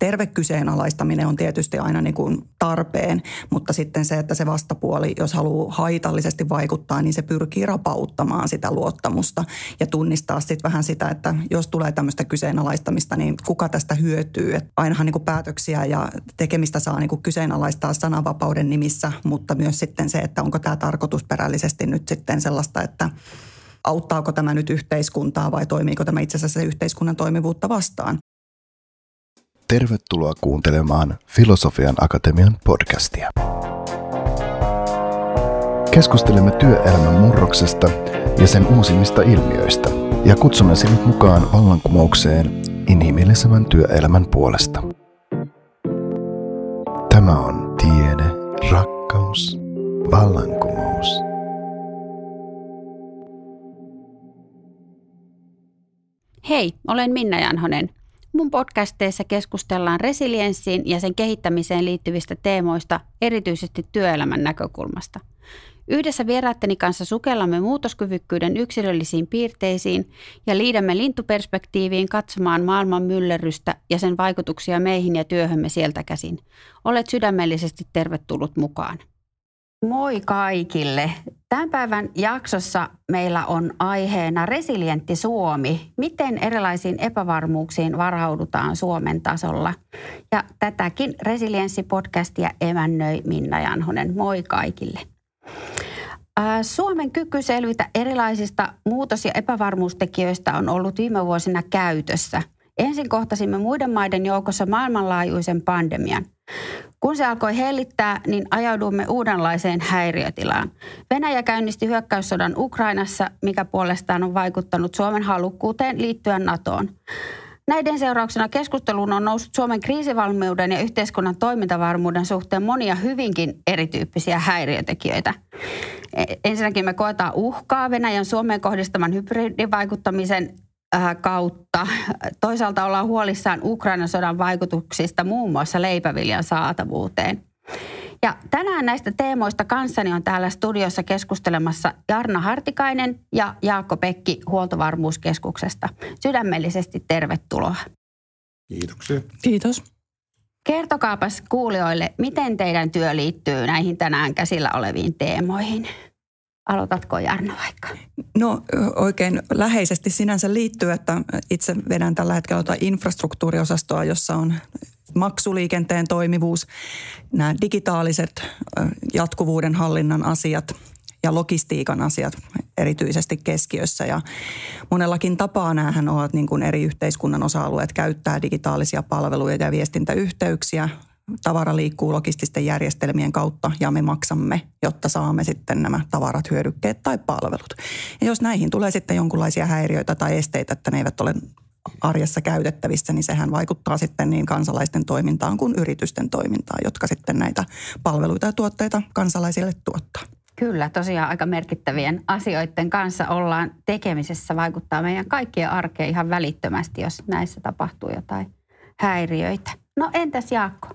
terve kyseenalaistaminen on tietysti aina niin kuin tarpeen, mutta sitten se, että se vastapuoli, jos haluaa haitallisesti vaikuttaa, niin se pyrkii rapauttamaan sitä luottamusta ja tunnistaa sitten vähän sitä, että jos tulee tämmöistä kyseenalaistamista, niin kuka tästä hyötyy. Että ainahan niin kuin päätöksiä ja tekemistä saa niin kuin kyseenalaistaa sananvapauden nimissä, mutta myös sitten se, että onko tämä tarkoitusperällisesti nyt sitten sellaista, että auttaako tämä nyt yhteiskuntaa vai toimiiko tämä itse asiassa yhteiskunnan toimivuutta vastaan. Tervetuloa kuuntelemaan Filosofian Akatemian podcastia. Keskustelemme työelämän murroksesta ja sen uusimmista ilmiöistä ja kutsumme sinut mukaan vallankumoukseen inhimillisemmän työelämän puolesta. Tämä on tiede, rakkaus, vallankumous. Hei, olen Minna Janhonen. Mun podcasteissa keskustellaan resilienssiin ja sen kehittämiseen liittyvistä teemoista, erityisesti työelämän näkökulmasta. Yhdessä vieraitteni kanssa sukellamme muutoskyvykkyyden yksilöllisiin piirteisiin ja liidämme lintuperspektiiviin katsomaan maailman myllerrystä ja sen vaikutuksia meihin ja työhömme sieltä käsin. Olet sydämellisesti tervetullut mukaan. Moi kaikille! Tämän päivän jaksossa meillä on aiheena resilientti Suomi. Miten erilaisiin epävarmuuksiin varaudutaan Suomen tasolla? Ja tätäkin resilienssipodcastia emännöi Minna Janhonen. Moi kaikille! Suomen kyky selvitä erilaisista muutos- ja epävarmuustekijöistä on ollut viime vuosina käytössä. Ensin kohtasimme muiden maiden joukossa maailmanlaajuisen pandemian. Kun se alkoi hellittää, niin ajauduimme uudenlaiseen häiriötilaan. Venäjä käynnisti hyökkäyssodan Ukrainassa, mikä puolestaan on vaikuttanut Suomen halukkuuteen liittyä NATOon. Näiden seurauksena keskusteluun on noussut Suomen kriisivalmiuden ja yhteiskunnan toimintavarmuuden suhteen monia hyvinkin erityyppisiä häiriötekijöitä. Ensinnäkin me koetaan uhkaa Venäjän Suomeen kohdistaman hybridivaikuttamisen kautta. Toisaalta ollaan huolissaan Ukrainan sodan vaikutuksista muun muassa leipäviljan saatavuuteen. Ja tänään näistä teemoista kanssani on täällä studiossa keskustelemassa Jarna Hartikainen ja Jaakko Pekki Huoltovarmuuskeskuksesta. Sydämellisesti tervetuloa. Kiitoksia. Kiitos. Kertokaapas kuulijoille, miten teidän työ liittyy näihin tänään käsillä oleviin teemoihin. Aloitatko Jarno vaikka? No oikein läheisesti sinänsä liittyy, että itse vedän tällä hetkellä infrastruktuuriosastoa, jossa on maksuliikenteen toimivuus, nämä digitaaliset jatkuvuuden hallinnan asiat ja logistiikan asiat erityisesti keskiössä. Ja monellakin tapaa näähän ovat niin kuin eri yhteiskunnan osa-alueet käyttää digitaalisia palveluja ja viestintäyhteyksiä. Tavara liikkuu logististen järjestelmien kautta ja me maksamme, jotta saamme sitten nämä tavarat, hyödykkeet tai palvelut. Ja jos näihin tulee sitten jonkinlaisia häiriöitä tai esteitä, että ne eivät ole arjessa käytettävissä, niin sehän vaikuttaa sitten niin kansalaisten toimintaan kuin yritysten toimintaan, jotka sitten näitä palveluita ja tuotteita kansalaisille tuottaa. Kyllä, tosiaan aika merkittävien asioiden kanssa ollaan tekemisessä. Vaikuttaa meidän kaikkien arkeen ihan välittömästi, jos näissä tapahtuu jotain häiriöitä. No entäs Jaakko?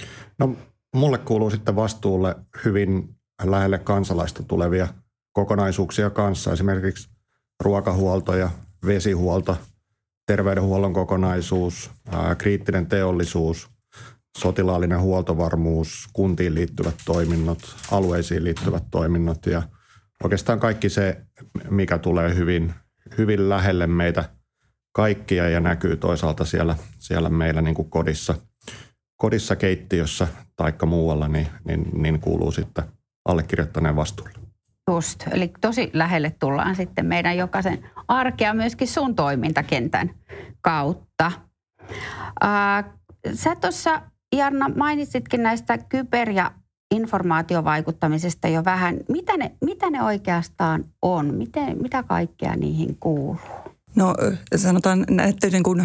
No mulle kuuluu sitten vastuulle hyvin lähelle kansalaista tulevia kokonaisuuksia kanssa. Esimerkiksi ruokahuolto ja vesihuolto, terveydenhuollon kokonaisuus, kriittinen teollisuus, sotilaallinen huoltovarmuus, kuntiin liittyvät toiminnot, alueisiin liittyvät toiminnot ja oikeastaan kaikki se, mikä tulee hyvin lähelle meitä kaikkia ja näkyy toisaalta siellä meillä niin kuin kodissa, keittiössä taikka muualla, niin kuuluu sitten allekirjoittaneen vastuulle. Just, eli tosi lähelle tullaan sitten meidän jokaisen arkea myöskin sun toimintakentän kautta. Sä tuossa, Jarna, mainitsitkin näistä kyber- ja informaatiovaikuttamisesta jo vähän. Mitä ne oikeastaan on? Mitä kaikkea niihin kuuluu? No sanotaan, että niin kuin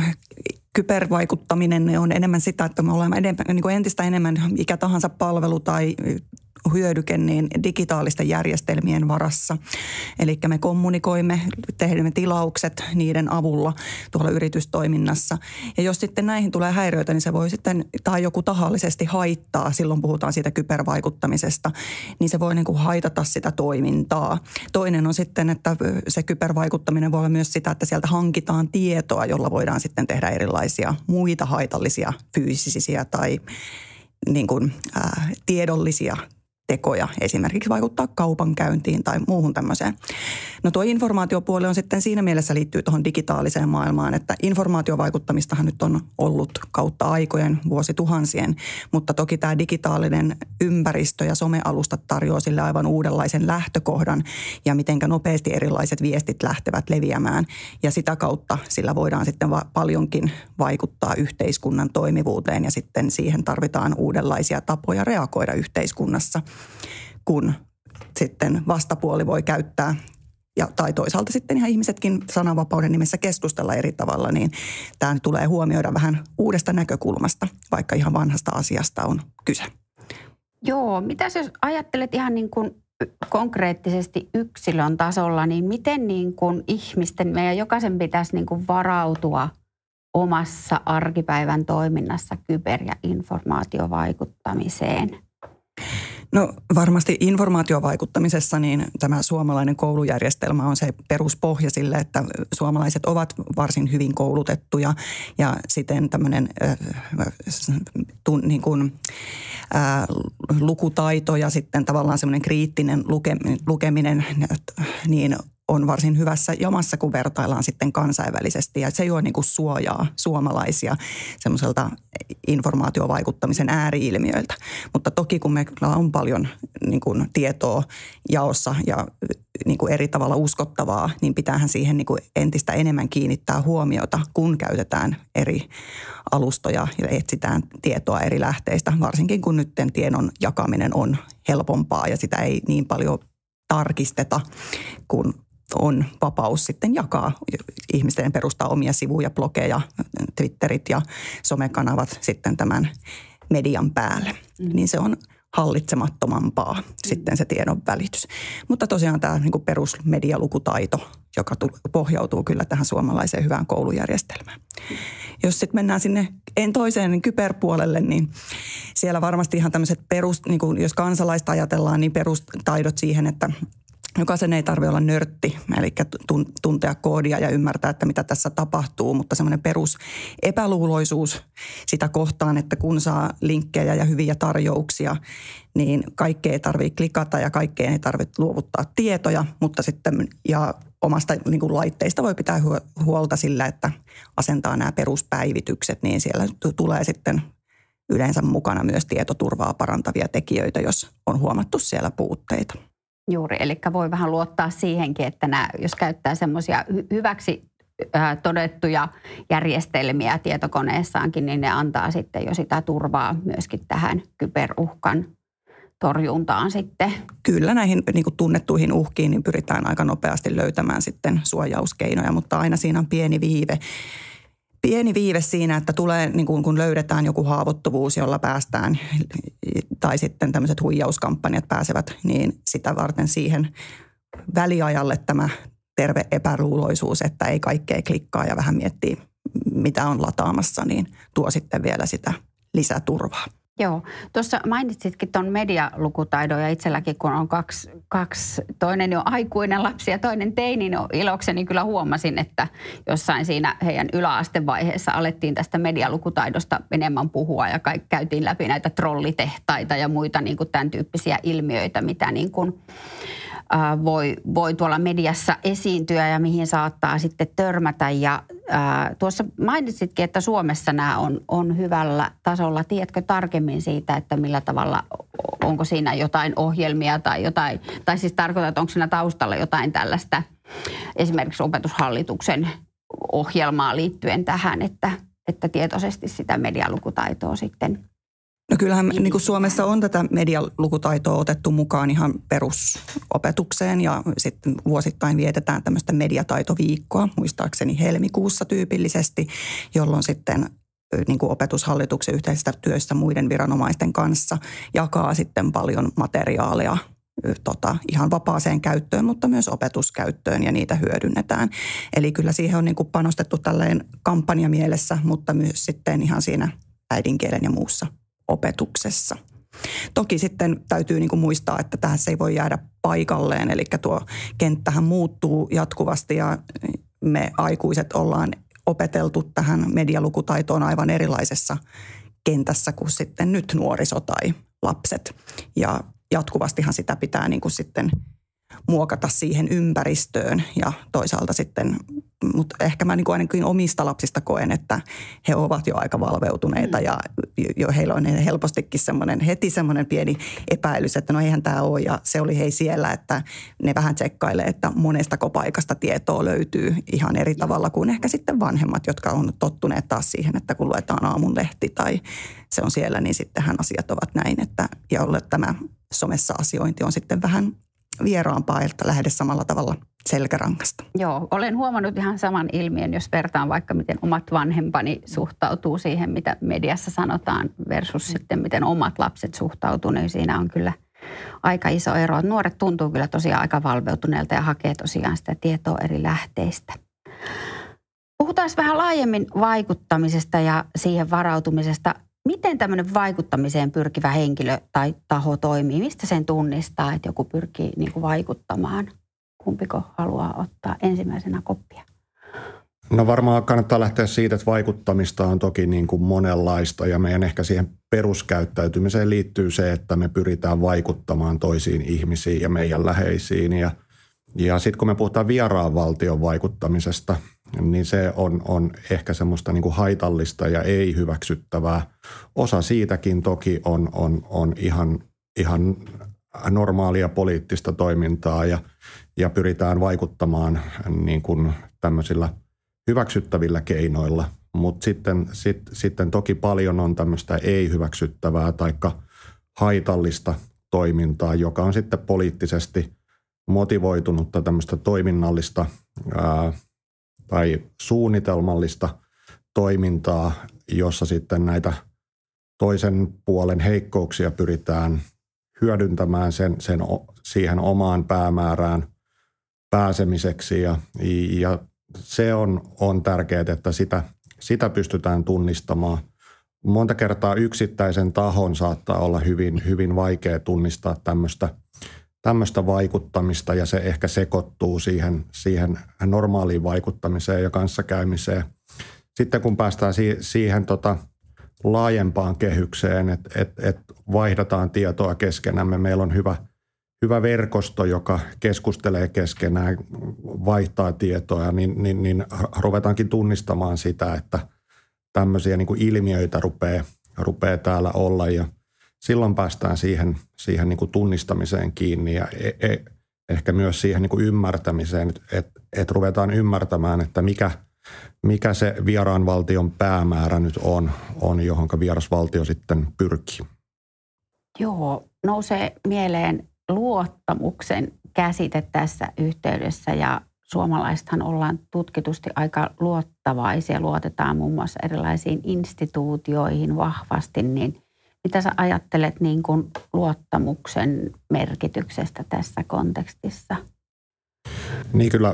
kybervaikuttaminen on enemmän sitä, että me olemme niin kuin entistä enemmän mikä tahansa palvelu tai hyödyke niin digitaalisten järjestelmien varassa. Eli me kommunikoimme, tehdään tilaukset niiden avulla tuolla yritystoiminnassa. Ja jos sitten näihin tulee häiriöitä, niin se voi sitten, tai joku tahallisesti haittaa, silloin puhutaan siitä kybervaikuttamisesta, niin se voi niin kuin haitata sitä toimintaa. Toinen on sitten, että se kybervaikuttaminen voi olla myös sitä, että sieltä hankitaan tietoa, jolla voidaan sitten tehdä erilaisia muita haitallisia fyysisiä tai niin kuin, tiedollisia tekoja, esimerkiksi vaikuttaa kaupankäyntiin tai muuhun tämmöiseen. No tuo informaatiopuoli on sitten siinä mielessä liittyy tuohon digitaaliseen maailmaan, että informaatiovaikuttamistahan nyt on ollut kautta aikojen, vuosituhansien, mutta toki tämä digitaalinen ympäristö ja somealustat tarjoaa sille aivan uudenlaisen lähtökohdan ja mitenkä nopeasti erilaiset viestit lähtevät leviämään ja sitä kautta sillä voidaan sitten paljonkin vaikuttaa yhteiskunnan toimivuuteen ja sitten siihen tarvitaan uudenlaisia tapoja reagoida yhteiskunnassa, kun sitten vastapuoli voi käyttää tai toisaalta sitten ihan ihmisetkin sananvapauden nimessä keskustella eri tavalla, niin tämä tulee huomioida vähän uudesta näkökulmasta, vaikka ihan vanhasta asiasta on kyse. Joo, mitäs jos ajattelet ihan niin kuin konkreettisesti yksilön tasolla, niin miten niin kuin ihmisten, meidän jokaisen pitäisi niin kuin varautua omassa arkipäivän toiminnassa kyber- ja informaatiovaikuttamiseen? No varmasti informaatiovaikuttamisessa niin tämä suomalainen koulujärjestelmä on se peruspohja sille, että suomalaiset ovat varsin hyvin koulutettuja ja siten tämmöinen lukutaito ja sitten tavallaan semmoinen kriittinen lukeminen niin on varsin hyvässä jamassa, kun vertaillaan sitten kansainvälisesti. Ja se jo niin kuin suojaa suomalaisia semmoiselta informaatiovaikuttamisen ääriilmiöiltä. Mutta toki kun meillä on paljon niin kuin tietoa jaossa ja niin kuin eri tavalla uskottavaa, niin pitäähän siihen niin kuin entistä enemmän kiinnittää huomiota, kun käytetään eri alustoja ja etsitään tietoa eri lähteistä. Varsinkin kun nyt tiedon jakaminen on helpompaa ja sitä ei niin paljon tarkisteta, kun on vapaus sitten jakaa. Ihmisten perustaa omia sivuja, blogeja, Twitterit ja somekanavat sitten tämän median päälle. Niin se on hallitsemattomampaa sitten se tiedon välitys. Mutta tosiaan tämä niin kuin perusmedialukutaito, joka pohjautuu kyllä tähän suomalaiseen hyvään koulujärjestelmään. Jos sitten mennään sinne toiseen kyberpuolelle, niin siellä varmasti ihan tämmöiset niin kuin jos kansalaista ajatellaan, niin perustaidot siihen, että jokaisen ei tarvitse olla nörtti, eli tuntea koodia ja ymmärtää, että mitä tässä tapahtuu, mutta semmoinen perus epäluuloisuus sitä kohtaan, että kun saa linkkejä ja hyviä tarjouksia, niin kaikkea ei tarvitse klikata ja kaikkeen ei tarvitse luovuttaa tietoja, mutta sitten ja omasta niin kuin laitteista voi pitää huolta sillä, että asentaa nämä peruspäivitykset, niin siellä tulee sitten yleensä mukana myös tietoturvaa parantavia tekijöitä, jos on huomattu siellä puutteita. Juuri, eli voi vähän luottaa siihenkin, että jos käyttää semmoisia hyväksi todettuja järjestelmiä tietokoneessaankin, niin ne antaa sitten jo sitä turvaa myöskin tähän kyberuhkan torjuntaan sitten. Kyllä näihin niin kuin tunnettuihin uhkiin niin pyritään aika nopeasti löytämään sitten suojauskeinoja, mutta aina siinä on pieni viive siinä, että tulee, niin kun löydetään joku haavoittuvuus, jolla päästään, tai sitten tämmöiset huijauskampanjat pääsevät, niin sitä varten siihen väliajalle tämä terve epäluuloisuus, että ei kaikkea klikkaa ja vähän miettii, mitä on lataamassa, niin tuo sitten vielä sitä lisäturvaa. Joo. Tuossa mainitsitkin tuon medialukutaidon ja itselläkin, kun on kaksi, toinen on aikuinen lapsi ja toinen teini, niin ilokseni kyllä huomasin, että jossain siinä heidän yläastevaiheessa alettiin tästä medialukutaidosta enemmän puhua ja käytiin läpi näitä trollitehtaita ja muita niin kuin tämän tyyppisiä ilmiöitä, mitä niin kuin voi tuolla mediassa esiintyä ja mihin saattaa sitten törmätä. Ja tuossa mainitsitkin, että Suomessa nämä on hyvällä tasolla. Tiedätkö tarkemmin siitä, että millä tavalla, onko siinä jotain ohjelmia tai jotain, tai siis tarkoitan, että onko siinä taustalla jotain tällaista esimerkiksi Opetushallituksen ohjelmaa liittyen tähän, että tietoisesti sitä medialukutaitoa sitten. No kyllähän niin kuin Suomessa on tätä medialukutaitoa otettu mukaan ihan perusopetukseen ja sitten vuosittain vietetään tämmöistä mediataitoviikkoa, muistaakseni helmikuussa tyypillisesti, jolloin sitten niin kuin Opetushallituksen yhteisestä työstä muiden viranomaisten kanssa, jakaa sitten paljon materiaalia ihan vapaaseen käyttöön, mutta myös opetuskäyttöön ja niitä hyödynnetään. Eli kyllä siihen on niin kuin panostettu tälleen kampanjamielessä, mutta myös sitten ihan siinä äidinkielen ja muussa opetuksessa. Toki sitten täytyy niin kuin muistaa, että tähän ei voi jäädä paikalleen, eli tuo kenttähän muuttuu jatkuvasti ja me aikuiset ollaan opeteltu tähän medialukutaitoon aivan erilaisessa kentässä kuin sitten nyt nuoriso tai lapset. Ja jatkuvastihan sitä pitää niin kuin sitten muokata siihen ympäristöön ja toisaalta sitten, mutta ehkä mä niin kuin ainakin omista lapsista koen, että he ovat jo aika valveutuneita ja jo heillä on helpostikin heti semmoinen pieni epäilys, että no eihän tämä ole ja se oli hei siellä, että ne vähän tsekkailee, että monestako paikasta tietoa löytyy ihan eri tavalla kuin ehkä sitten vanhemmat, jotka on tottuneet taas siihen, että kun luetaan aamun lehti tai se on siellä, niin sittenhän asiat ovat näin, että ja jolle tämä somessa asiointi on sitten vähän vieraampaa, että lähde samalla tavalla selkärangasta. Joo, olen huomannut ihan saman ilmiön, jos vertaan vaikka miten omat vanhempani suhtautuu siihen, mitä mediassa sanotaan versus sitten miten omat lapset suhtautuu, niin siinä on kyllä aika iso ero. Nuoret tuntuu kyllä tosiaan aika valveutuneelta ja hakee tosiaan sitä tietoa eri lähteistä. Puhutaan vähän laajemmin vaikuttamisesta ja siihen varautumisesta. Miten tämmöinen vaikuttamiseen pyrkivä henkilö tai taho toimii? Mistä sen tunnistaa, että joku pyrkii niin kuin vaikuttamaan? Kumpiko haluaa ottaa ensimmäisenä koppia? No varmaan kannattaa lähteä siitä, että vaikuttamista on toki niin kuin monenlaista ja meidän ehkä siihen peruskäyttäytymiseen liittyy se, että me pyritään vaikuttamaan toisiin ihmisiin ja meidän läheisiin. Ja sitten kun me puhutaan vieraan valtion vaikuttamisesta, niin se on ehkä semmoista niin kuin haitallista ja ei hyväksyttävää. Osa siitäkin toki on ihan normaalia poliittista toimintaa ja pyritään vaikuttamaan niin kuin tämmöisillä hyväksyttävillä keinoilla. Mutta sitten toki paljon on tämmöistä ei-hyväksyttävää tai haitallista toimintaa, joka on sitten poliittisesti motivoitunutta tämmöistä toiminnallista tai suunnitelmallista toimintaa, jossa sitten näitä toisen puolen heikkouksia pyritään hyödyntämään siihen omaan päämäärään pääsemiseksi. Ja se on tärkeää, että sitä pystytään tunnistamaan. Monta kertaa yksittäisen tahon saattaa olla hyvin, hyvin vaikea tunnistaa tämmöistä vaikuttamista ja se ehkä sekoittuu siihen normaaliin vaikuttamiseen ja kanssakäymiseen. Sitten kun päästään siihen laajempaan kehykseen, että vaihdetaan tietoa keskenämme, meillä on hyvä verkosto, joka keskustelee keskenään, vaihtaa tietoa, niin ruvetaankin tunnistamaan sitä, että tämmöisiä niin kuin ilmiöitä rupeaa täällä olla ja silloin päästään siihen niin kuin tunnistamiseen kiinni ja ehkä myös siihen niin kuin ymmärtämiseen, että ruvetaan ymmärtämään, että mikä se vieraan valtion päämäärä nyt on johonka vierasvaltio sitten pyrkii. Joo, nousee mieleen luottamuksen käsite tässä yhteydessä ja suomalaisethan ollaan tutkitusti aika luottavaisia, luotetaan muun muassa erilaisiin instituutioihin vahvasti, niin mitä sä ajattelet niin kuin luottamuksen merkityksestä tässä kontekstissa? Niin kyllä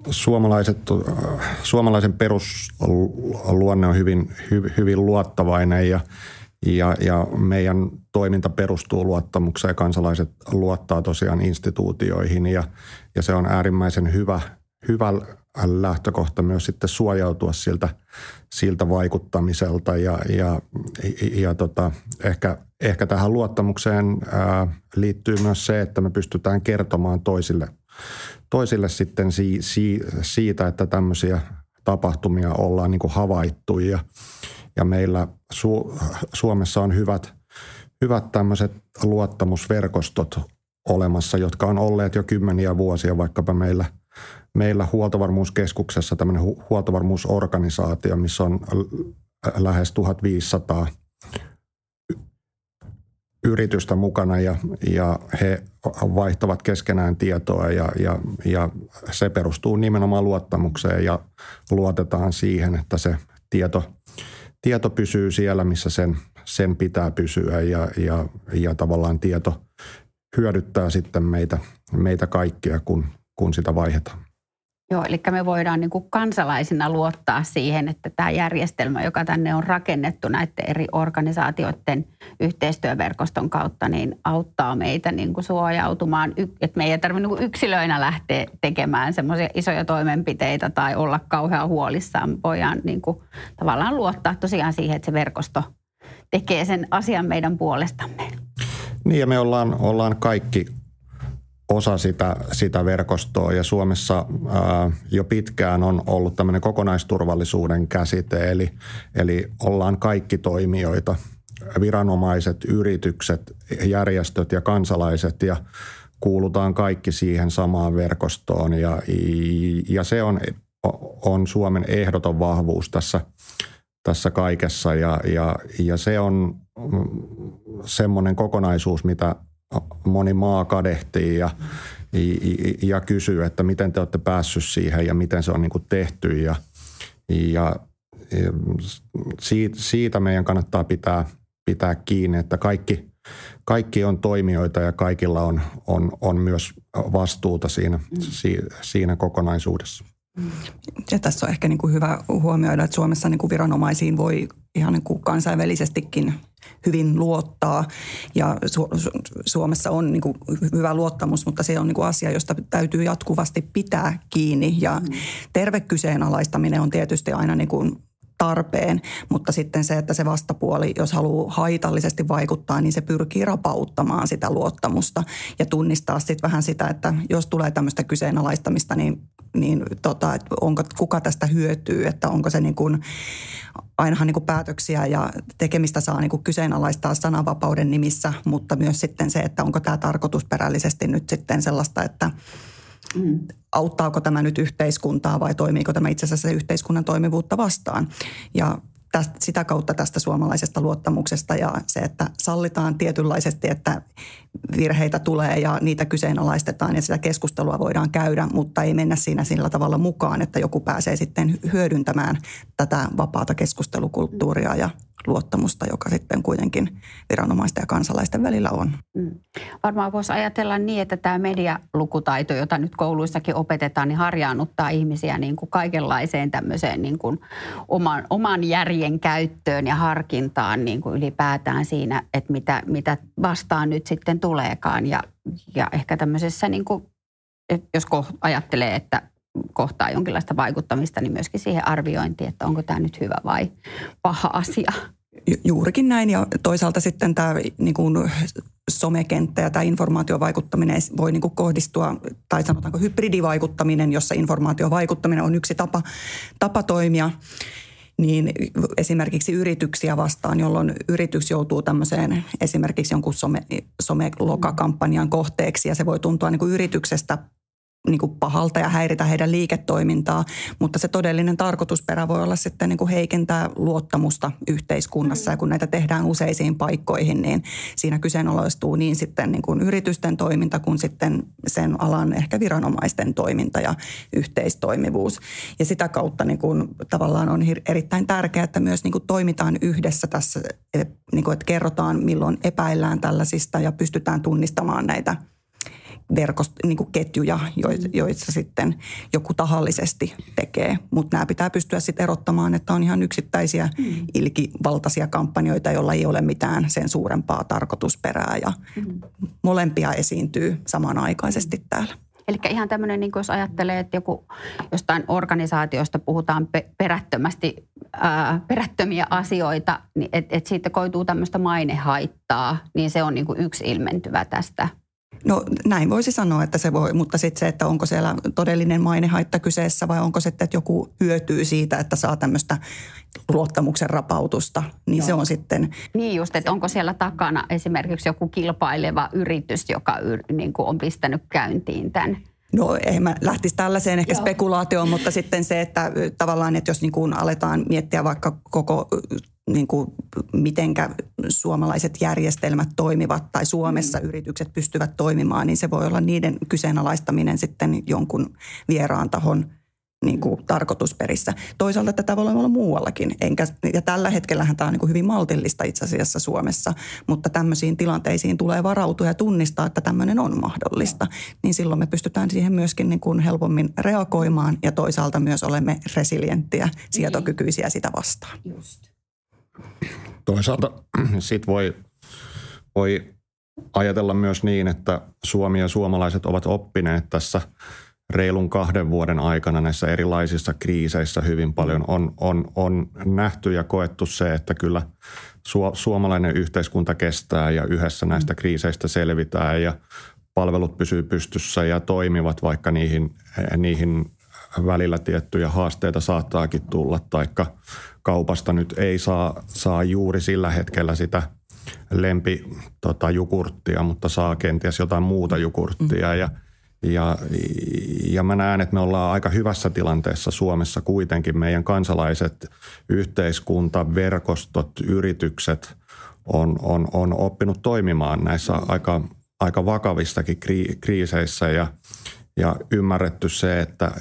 suomalaisen perusluonne on hyvin luottavainen ja meidän toiminta perustuu luottamukseen. Kansalaiset luottaa tosiaan instituutioihin ja se on äärimmäisen hyvä lähtökohta myös sitten suojautua siltä vaikuttamiselta ja ehkä tähän luottamukseen liittyy myös se, että me pystytään kertomaan toisille sitten siitä, että tämmöisiä tapahtumia ollaan niin kuin havaittu ja meillä Suomessa on hyvät tämmöiset luottamusverkostot olemassa, jotka on olleet jo kymmeniä vuosia, vaikkapa meillä Huoltovarmuuskeskuksessa tämmöinen huoltovarmuusorganisaatio, missä on lähes 1500 yritystä mukana ja he vaihtavat keskenään tietoa ja se perustuu nimenomaan luottamukseen ja luotetaan siihen, että se tieto pysyy siellä, missä sen pitää pysyä ja tavallaan tieto hyödyttää sitten meitä kaikkia, kun sitä vaihdetaan. Joo, eli me voidaan niin kuin kansalaisina luottaa siihen, että tämä järjestelmä, joka tänne on rakennettu näiden eri organisaatioiden yhteistyöverkoston kautta, niin auttaa meitä niin kuin suojautumaan, että me ei tarvitse niin kuin yksilöinä lähteä tekemään semmoisia isoja toimenpiteitä tai olla kauhean huolissaan. Voidaan niin kuin tavallaan luottaa tosiaan siihen, että se verkosto tekee sen asian meidän puolestamme. Niin ja me ollaan kaikki osa sitä verkostoa ja Suomessa jo pitkään on ollut tämmöinen kokonaisturvallisuuden käsite, eli ollaan kaikki toimijoita, viranomaiset, yritykset, järjestöt ja kansalaiset ja kuulutaan kaikki siihen samaan verkostoon ja se on Suomen ehdoton vahvuus tässä kaikessa ja se on semmoinen kokonaisuus, mitä moni maa kadehtii ja kysyy, että miten te olette päässyt siihen ja miten se on niin kuin tehty. Ja siitä meidän kannattaa pitää kiinni, että kaikki on toimijoita ja kaikilla on myös vastuuta siinä kokonaisuudessa. Ja tässä on ehkä niin kuin hyvä huomioida, että Suomessa niin kuin viranomaisiin voi ihan niin kuin kansainvälisestikin hyvin luottaa ja Suomessa on niin kuin hyvä luottamus, mutta se on niin kuin asia, josta täytyy jatkuvasti pitää kiinni ja terve kyseenalaistaminen on tietysti aina niin kuin tarpeen, mutta sitten se, että se vastapuoli, jos haluaa haitallisesti vaikuttaa, niin se pyrkii rapauttamaan sitä luottamusta ja tunnistaa sitten vähän sitä, että jos tulee tämmöistä kyseenalaistamista, että kuka tästä hyötyy, että onko se niin kuin, ainahan niin kuin päätöksiä ja tekemistä saa niin kuin kyseenalaistaa sananvapauden nimissä, mutta myös sitten se, että onko tämä tarkoitusperällisesti nyt sitten sellaista, että auttaako tämä nyt yhteiskuntaa vai toimiiko tämä itse asiassa yhteiskunnan toimivuutta vastaan. Ja sitä kautta tästä suomalaisesta luottamuksesta ja se, että sallitaan tietynlaisesti, että virheitä tulee ja niitä kyseenalaistetaan ja sitä keskustelua voidaan käydä, mutta ei mennä siinä sillä tavalla mukaan, että joku pääsee sitten hyödyntämään tätä vapaata keskustelukulttuuria ja luottamusta, joka sitten kuitenkin viranomaisten ja kansalaisten välillä on. Varmaan voisi ajatella niin, että tämä medialukutaito, jota nyt kouluissakin opetetaan, niin harjaannuttaa ihmisiä niin kuin kaikenlaiseen tämmöiseen niin kuin oman järjen käyttöön ja harkintaan niin kuin ylipäätään siinä, että mitä vastaan nyt sitten tuleekaan. Ja ehkä tämmöisessä, niin kuin, jos ajattelee, että kohtaa jonkinlaista vaikuttamista, niin myöskin siihen arviointiin, että onko tämä nyt hyvä vai paha asia. Juurikin näin ja toisaalta sitten tämä niin kuin somekenttä ja tämä informaatiovaikuttaminen voi niin kuin kohdistua, tai sanotaanko hybridivaikuttaminen, jossa informaatiovaikuttaminen on yksi tapa toimia, niin esimerkiksi yrityksiä vastaan, jolloin yritys joutuu tämmöiseen esimerkiksi jonkun somelokakampanjan kohteeksi ja se voi tuntua niin kuin yrityksestä niin kuin pahalta ja häiritä heidän liiketoimintaa, mutta se todellinen tarkoitusperä voi olla sitten niin kuin heikentää luottamusta yhteiskunnassa ja kun näitä tehdään useisiin paikkoihin, niin siinä kyseenalaistuu niin sitten niin kuin yritysten toiminta kuin sitten sen alan ehkä viranomaisten toiminta ja yhteistoimivuus. Ja sitä kautta niin kuin tavallaan on erittäin tärkeää, että myös niin kuin toimitaan yhdessä tässä, niin kuin, että kerrotaan milloin epäillään tällaisista ja pystytään tunnistamaan näitä niin kuin ketjuja, joissa sitten joku tahallisesti tekee. Mutta nämä pitää pystyä sitten erottamaan, että on ihan yksittäisiä ilkivaltaisia kampanjoita, joilla ei ole mitään sen suurempaa tarkoitusperää ja molempia esiintyy samanaikaisesti täällä. Eli ihan tämmöinen, niin jos ajattelee, että joku jostain organisaatiosta puhutaan perättömiä asioita, niin että siitä koituu tämmöistä mainehaittaa, niin se on niin kuin yksi ilmentyvä tästä. No näin voisi sanoa, että se voi, mutta sitten se, että onko siellä todellinen mainehaitta kyseessä vai onko sitten, että joku hyötyy siitä, että saa tämmöistä luottamuksen rapautusta, niin se on sitten. Niin just, että onko siellä takana esimerkiksi joku kilpaileva yritys, joka niin kuin on pistänyt käyntiin tämän. No ei mä lähtisi tällaiseen ehkä spekulaatioon, mutta sitten se, että tavallaan, että jos niin kuin aletaan miettiä vaikka koko niin kuin mitenkä suomalaiset järjestelmät toimivat tai Suomessa yritykset pystyvät toimimaan, niin se voi olla niiden kyseenalaistaminen sitten jonkun vieraan tahon niin kuin tarkoitusperissä. Toisaalta tätä voi olla muuallakin. Ja tällä hetkellähän tämä on niin kuin hyvin maltillista itse asiassa Suomessa, mutta tämmöisiin tilanteisiin tulee varautua ja tunnistaa, että tämmöinen on mahdollista. Niin silloin me pystytään siihen myöskin niin kuin helpommin reagoimaan ja toisaalta myös olemme resilienttiä, sietokykyisiä sitä vastaan. Just. Toisaalta sit voi ajatella myös niin, että Suomi ja suomalaiset ovat oppineet tässä reilun 2 vuoden aikana näissä erilaisissa kriiseissä hyvin paljon. On nähty ja koettu se, että kyllä suomalainen yhteiskunta kestää ja yhdessä näistä kriiseistä selvitään ja palvelut pysyy pystyssä ja toimivat, vaikka niihin välillä tiettyjä haasteita saattaakin tulla, taikka kaupasta nyt ei saa juuri sillä hetkellä sitä lempijukurttia, mutta saa kenties jotain muuta jukurttia. Ja mä näen, että me ollaan aika hyvässä tilanteessa Suomessa kuitenkin. Meidän kansalaiset, yhteiskunta, verkostot, yritykset on oppinut toimimaan näissä aika vakavistakin kriiseissä ja ymmärretty se, että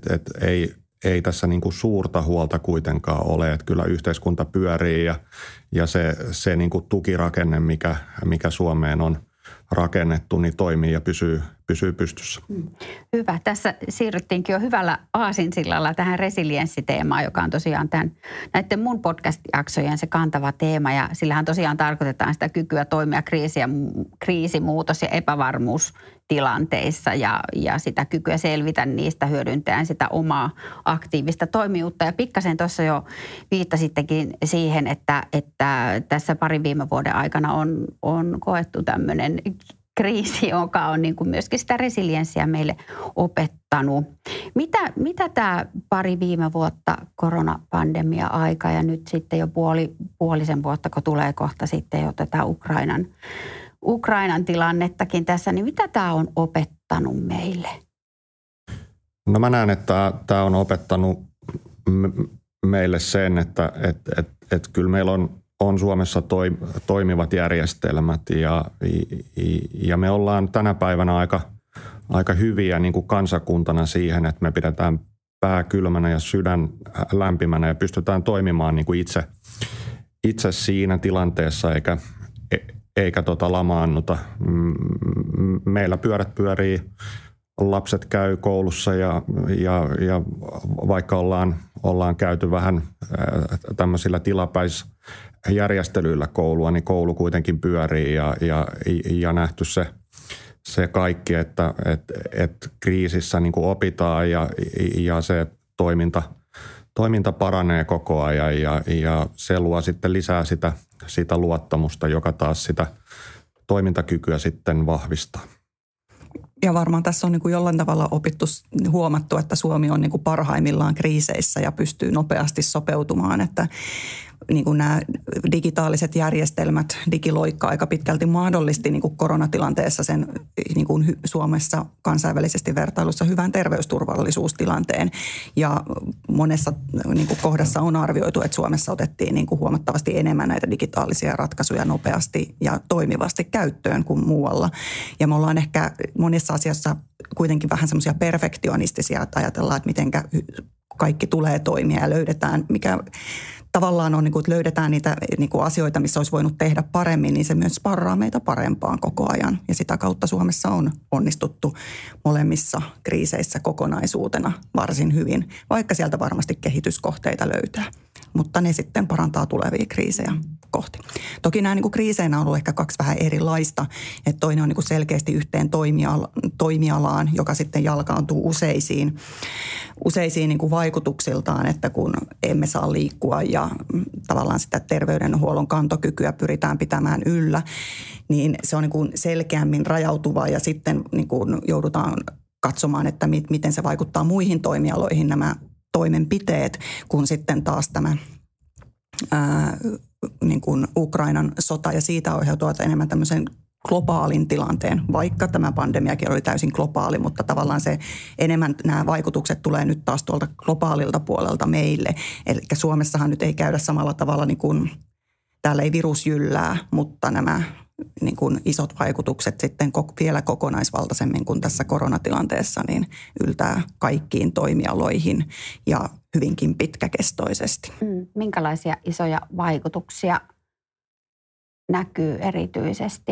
ei tässä niin kuin suurta huolta kuitenkaan ole, että kyllä yhteiskunta pyörii ja se niin kuin tukirakenne, mikä Suomeen on rakennettu, niin toimii ja pysyy pystyssä. Hyvä. Tässä siirryttiinkin jo hyvällä aasinsillalla tähän resilienssiteemaan, joka on tosiaan näiden mun podcast-jaksojen se kantava teema. Ja sillähän tosiaan tarkoitetaan sitä kykyä toimia kriisi, muutos ja epävarmuustilanteissa ja sitä kykyä selvitä niistä hyödyntäen sitä omaa aktiivista toimijuutta. Ja pikkasen tuossa jo viittasittekin siihen, että tässä parin viime vuoden aikana on koettu tämmöinen kriisi, joka on niin kuin myöskin sitä resilienssiä meille opettanut. Mitä tämä pari viime vuotta koronapandemia-aika ja nyt sitten jo puolisen vuotta, kun tulee kohta sitten jo tätä Ukrainan tilannettakin tässä, niin mitä tämä on opettanut meille? No mä näen, että tämä on opettanut meille sen, että kyllä meillä on Suomessa toimivat järjestelmät ja me ollaan tänä päivänä aika hyviä niin kuin kansakuntana siihen, että me pidetään pää kylmänä ja sydän lämpimänä ja pystytään toimimaan niin kuin itse siinä tilanteessa eikä lamaannuta. Meillä pyörät pyörii, lapset käy koulussa ja vaikka ollaan käyty vähän tämmöisillä tilapäisjärjestelyillä koulua, niin koulu kuitenkin pyörii ja nähty se kaikki, että kriisissä niin kuin opitaan ja se toiminta paranee koko ajan ja se luo sitten lisää sitä luottamusta, joka taas sitä toimintakykyä sitten vahvistaa. Ja varmaan tässä on niin kuin jollain tavalla huomattu, että Suomi on niin kuin parhaimmillaan kriiseissä ja pystyy nopeasti sopeutumaan, että niin kuin nämä digitaaliset järjestelmät, digiloikka aika pitkälti mahdollisti niin kuin koronatilanteessa sen niin kuin Suomessa kansainvälisesti vertailussa hyvän terveysturvallisuustilanteen. Ja monessa niin kuin kohdassa on arvioitu, että Suomessa otettiin niin kuin huomattavasti enemmän näitä digitaalisia ratkaisuja nopeasti ja toimivasti käyttöön kuin muualla. Ja me ollaan ehkä monissa asiassa kuitenkin vähän semmoisia perfektionistisia, että ajatellaan, että mitenkä kaikki tulee toimia ja löydetään, mikä tavallaan on, että löydetään niitä asioita, missä olisi voinut tehdä paremmin, niin se myös sparraa meitä parempaan koko ajan. Ja sitä kautta Suomessa on onnistuttu molemmissa kriiseissä kokonaisuutena varsin hyvin, vaikka sieltä varmasti kehityskohteita löytää. Mutta ne sitten parantaa tulevia kriisejä kohti. Toki nämä kriiseinä on ollut ehkä 2 vähän erilaista. Että toinen on selkeästi yhteen toimialaan, joka sitten jalkaantuu useisiin vaikutuksiltaan, että kun emme saa liikkua ja tavallaan sitä terveydenhuollon kantokykyä pyritään pitämään yllä, niin se on selkeämmin rajautuva ja sitten joudutaan katsomaan, että miten se vaikuttaa muihin toimialoihin nämä toimenpiteet, kun sitten taas tämä Ukrainan sota ja siitä aiheutuvat enemmän tämmöisen globaalin tilanteen, vaikka tämä pandemiakin oli täysin globaali, mutta tavallaan se enemmän nämä vaikutukset tulee nyt taas tuolta globaalilta puolelta meille. Eli Suomessahan nyt ei käydä samalla tavalla, niin kuin täällä ei virus jyllää, mutta nämä niin kuin isot vaikutukset sitten vielä kokonaisvaltaisemmin kuin tässä koronatilanteessa, niin yltää kaikkiin toimialoihin ja hyvinkin pitkäkestoisesti. Minkälaisia isoja vaikutuksia näkyy erityisesti?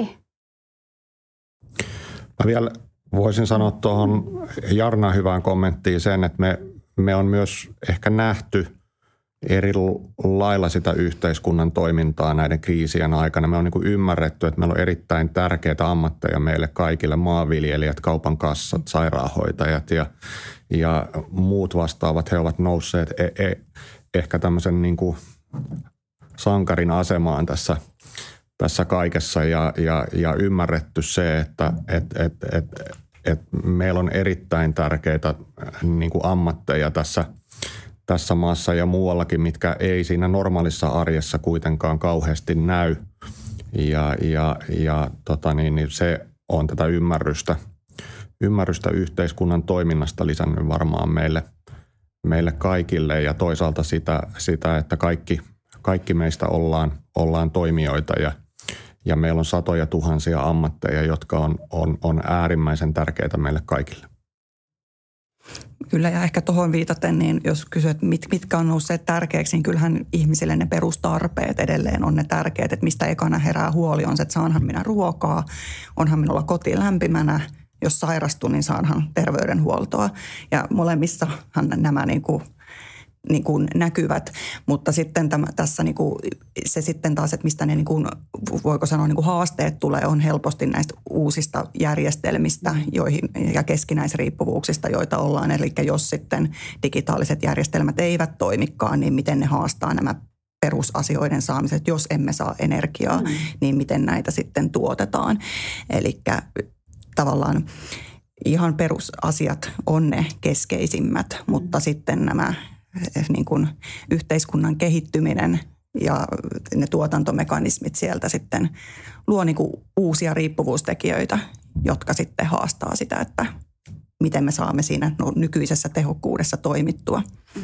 Mä vielä voisin sanoa tuohon Jarna hyvään kommenttiin sen, että me on myös ehkä nähty eri lailla sitä yhteiskunnan toimintaa näiden kriisien aikana. Me on niin kuin ymmärretty, että meillä on erittäin tärkeitä ammatteja meille kaikille, maanviljelijät, kaupan kassat, sairaanhoitajat ja muut vastaavat. He ovat nousseet ehkä tämmöisen niin kuin sankarin asemaan tässä kaikessa ja ymmärretty se, että meillä on erittäin tärkeitä niin kuin ammatteja tässä maassa ja muuallakin, mitkä ei siinä normaalissa arjessa kuitenkaan kauheasti näy. Niin se on tätä ymmärrystä yhteiskunnan toiminnasta lisännyt varmaan meille kaikille ja toisaalta sitä että kaikki meistä ollaan toimijoita ja meillä on satoja tuhansia ammatteja, jotka on äärimmäisen tärkeitä meille kaikille. Kyllä, ja ehkä tuohon viitaten, niin jos kysyt, mitkä on nousseet tärkeäksi, niin kyllähän ihmisille ne perustarpeet edelleen on ne tärkeät. Että mistä ekana herää huoli on se, että saanhan minä ruokaa, onhan minulla koti lämpimänä, jos sairastun, niin saanhan terveydenhuoltoa. Ja molemmissahan nämä niin kuin näkyvät, mutta sitten tässä niin kuin, se sitten taas, että mistä ne niin kuin, voiko sanoa niin kuin haasteet tulee, on helposti näistä uusista järjestelmistä ja keskinäisriippuvuuksista, joita ollaan. Eli jos sitten digitaaliset järjestelmät eivät toimikaan, niin miten ne haastaa nämä perusasioiden saamiset, jos emme saa energiaa, niin miten näitä sitten tuotetaan. Eli tavallaan ihan perusasiat on ne keskeisimmät, mutta sitten nämä niin kuin yhteiskunnan kehittyminen ja ne tuotantomekanismit sieltä sitten luo niin kuin uusia riippuvuustekijöitä, jotka sitten haastaa sitä, että miten me saamme siinä nykyisessä tehokkuudessa toimittua.